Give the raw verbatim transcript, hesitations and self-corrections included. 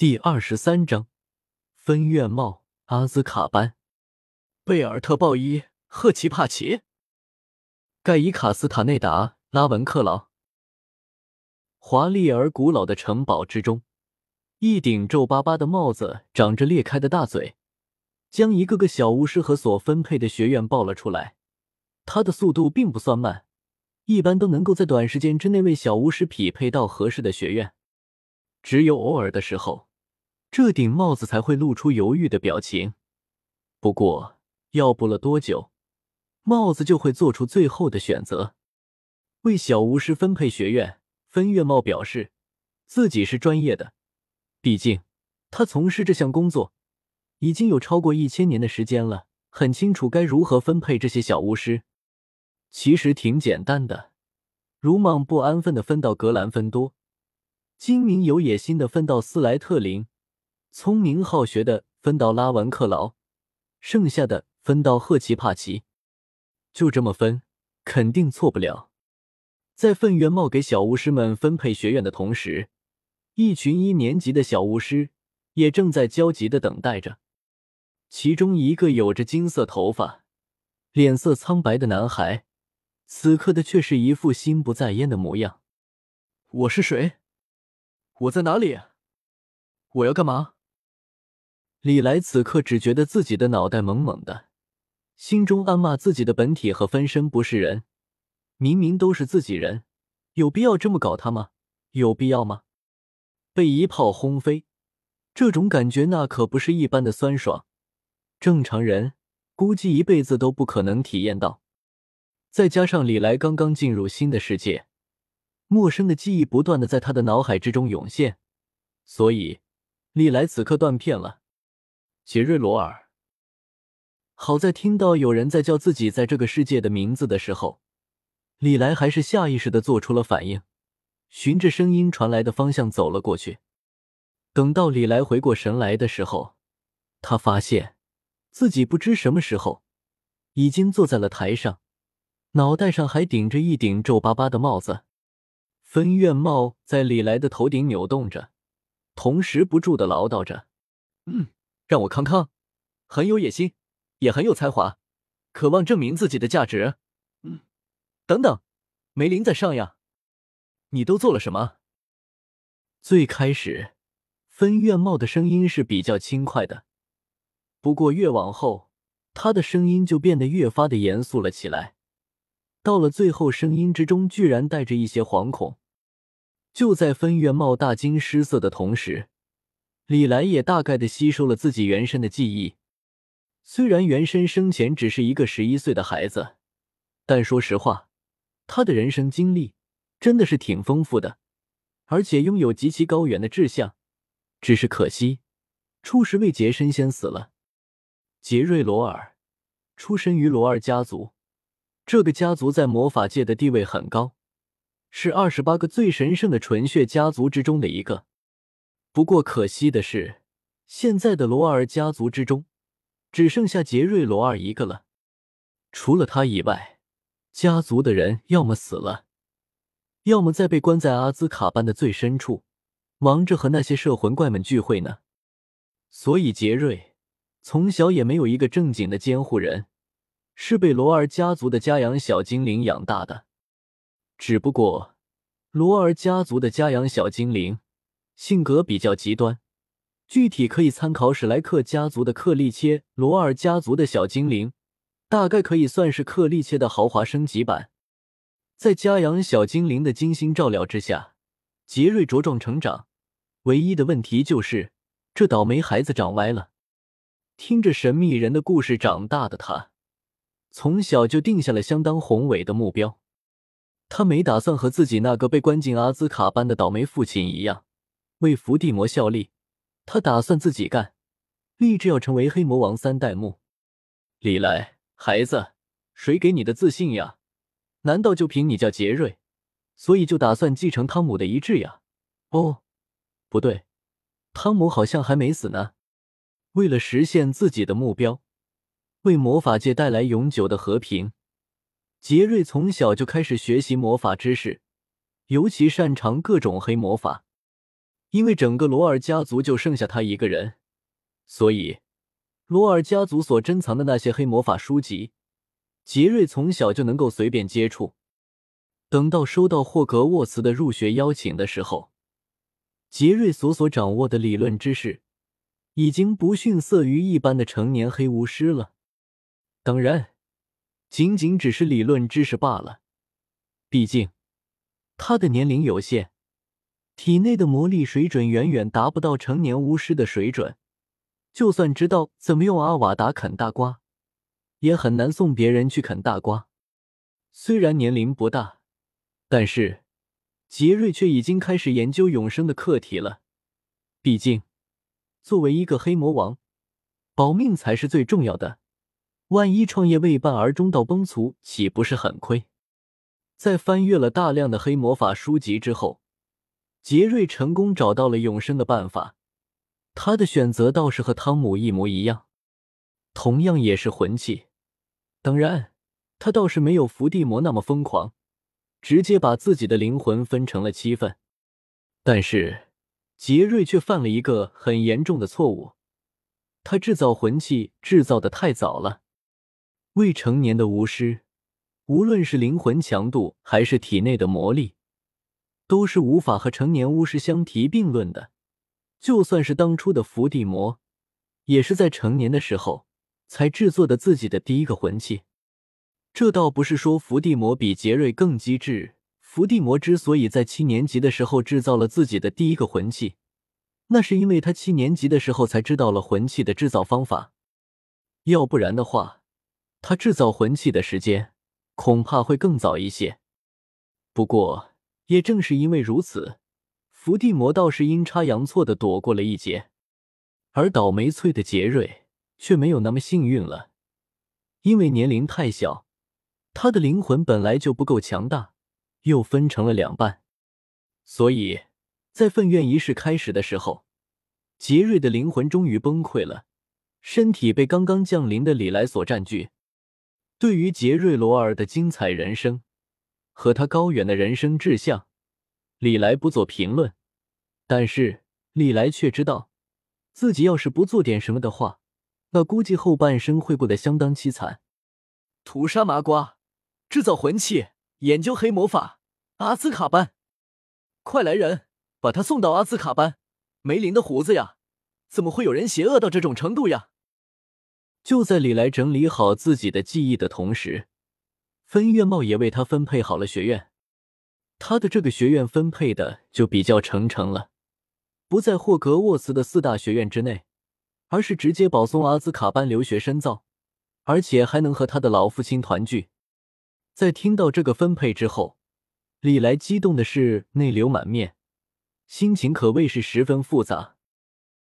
第二十三章分院帽阿兹卡班。贝尔特鲍伊赫奇帕奇盖伊卡斯塔内达拉文克劳。华丽而古老的城堡之中，一顶皱巴巴的帽子长着裂开的大嘴，将一个个小巫师和所分配的学院抱了出来。他的速度并不算慢，一般都能够在短时间之内为小巫师匹配到合适的学院。只有偶尔的时候，这顶帽子才会露出犹豫的表情。不过要不了多久，帽子就会做出最后的选择。为小巫师分配学院，分院帽表示自己是专业的，毕竟他从事这项工作已经有超过一千年的时间了，很清楚该如何分配这些小巫师。其实挺简单的，鲁莽不安分的分到格兰芬多，精明有野心的分到斯莱特林，聪明好学的分到拉文克劳，剩下的分到赫奇帕奇。就这么分，肯定错不了。在分院帽给小巫师们分配学院的同时，一群一年级的小巫师也正在焦急地等待着。其中一个有着金色头发、脸色苍白的男孩，此刻的却是一副心不在焉的模样。我是谁？我在哪里？我要干嘛？李来此刻只觉得自己的脑袋懵懵的，心中暗骂自己的本体和分身不是人，明明都是自己人，有必要这么搞他吗？有必要吗？被一炮轰飞，这种感觉那可不是一般的酸爽，正常人估计一辈子都不可能体验到。再加上李来刚刚进入新的世界，陌生的记忆不断的在他的脑海之中涌现，所以李来此刻断片了。杰瑞罗尔。好在听到有人在叫自己在这个世界的名字的时候，李来还是下意识地做出了反应，循着声音传来的方向走了过去。等到李来回过神来的时候，他发现自己不知什么时候已经坐在了台上，脑袋上还顶着一顶皱巴巴的帽子。分院帽在李来的头顶扭动着，同时不住地唠叨着：嗯，让我康康，很有野心，也很有才华，渴望证明自己的价值。嗯，等等，梅林在上呀，你都做了什么？最开始，分院帽的声音是比较轻快的，不过越往后，他的声音就变得越发的严肃了起来。到了最后，声音之中居然带着一些惶恐。就在分院帽大惊失色的同时，李来也大概的吸收了自己原身的记忆。虽然原身生前只是一个十一岁的孩子，但说实话，他的人生经历真的是挺丰富的，而且拥有极其高远的志向。只是可惜，初时未捷身先死了。杰瑞罗尔出身于罗尔家族，这个家族在魔法界的地位很高，是二十八个最神圣的纯血家族之中的一个。不过可惜的是，现在的罗尔家族之中只剩下杰瑞罗尔一个了。除了他以外，家族的人要么死了，要么在被关在阿兹卡班的最深处，忙着和那些摄魂怪们聚会呢。所以杰瑞从小也没有一个正经的监护人，是被罗尔家族的家养小精灵养大的。只不过罗尔家族的家养小精灵性格比较极端，具体可以参考史莱克家族的克利切。罗尔家族的小精灵大概可以算是克利切的豪华升级版。在家养小精灵的精心照料之下，杰瑞茁壮成长，唯一的问题就是这倒霉孩子长歪了。听着神秘人的故事长大的他，从小就定下了相当宏伟的目标。他没打算和自己那个被关进阿兹卡班的倒霉父亲一样为伏地魔效力，他打算自己干，立志要成为黑魔王三代目。李来，孩子，谁给你的自信呀？难道就凭你叫杰瑞，所以就打算继承汤姆的遗志呀？哦，不对，汤姆好像还没死呢。为了实现自己的目标，为魔法界带来永久的和平，杰瑞从小就开始学习魔法知识，尤其擅长各种黑魔法。 因为整个罗尔家族就剩下他一个人，所以罗尔家族所珍藏的那些黑魔法书籍，杰瑞从小就能够随便接触。等到收到霍格沃茨的入学邀请的时候，杰瑞所所掌握的理论知识已经不逊色于一般的成年黑巫师了。当然，仅仅只是理论知识罢了，毕竟他的年龄有限，体内的魔力水准远远达不到成年巫师的水准，就算知道怎么用阿瓦达啃大瓜，也很难送别人去啃大瓜。虽然年龄不大，但是杰瑞却已经开始研究永生的课题了。毕竟作为一个黑魔王，保命才是最重要的，万一创业未半而中道崩殂，岂不是很亏？在翻阅了大量的黑魔法书籍之后，杰瑞成功找到了永生的办法。他的选择倒是和汤姆一模一样，同样也是魂器。当然，他倒是没有伏地魔那么疯狂，直接把自己的灵魂分成了七份。但是杰瑞却犯了一个很严重的错误，他制造魂器制造得太早了。未成年的巫师，无论是灵魂强度还是体内的魔力，都是无法和成年巫师相提并论的。就算是当初的伏地魔，也是在成年的时候才制作的自己的第一个魂器。这倒不是说伏地魔比杰瑞更机智，伏地魔之所以在七年级的时候制造了自己的第一个魂器，那是因为他七年级的时候才知道了魂器的制造方法。要不然的话，他制造魂器的时间恐怕会更早一些。不过也正是因为如此，伏地魔倒是阴差阳错地躲过了一劫，而倒霉催的杰瑞却没有那么幸运了。因为年龄太小，他的灵魂本来就不够强大，又分成了两半，所以在奋愿仪式开始的时候，杰瑞的灵魂终于崩溃了，身体被刚刚降临的李莱所占据。对于杰瑞罗尔的精彩人生和他高远的人生志向，李莱不做评论，但是李莱却知道，自己要是不做点什么的话，那估计后半生会过得相当凄惨。屠杀麻瓜，制造魂器，研究黑魔法，阿兹卡班！快来人，把他送到阿兹卡班！梅林的胡子呀，怎么会有人邪恶到这种程度呀？就在李来整理好自己的记忆的同时，分院帽也为他分配好了学院。他的这个学院分配的就比较诚诚了，不在霍格沃茨的四大学院之内，而是直接保送阿兹卡班留学深造，而且还能和他的老父亲团聚。在听到这个分配之后，李来激动的是泪流满面，心情可谓是十分复杂。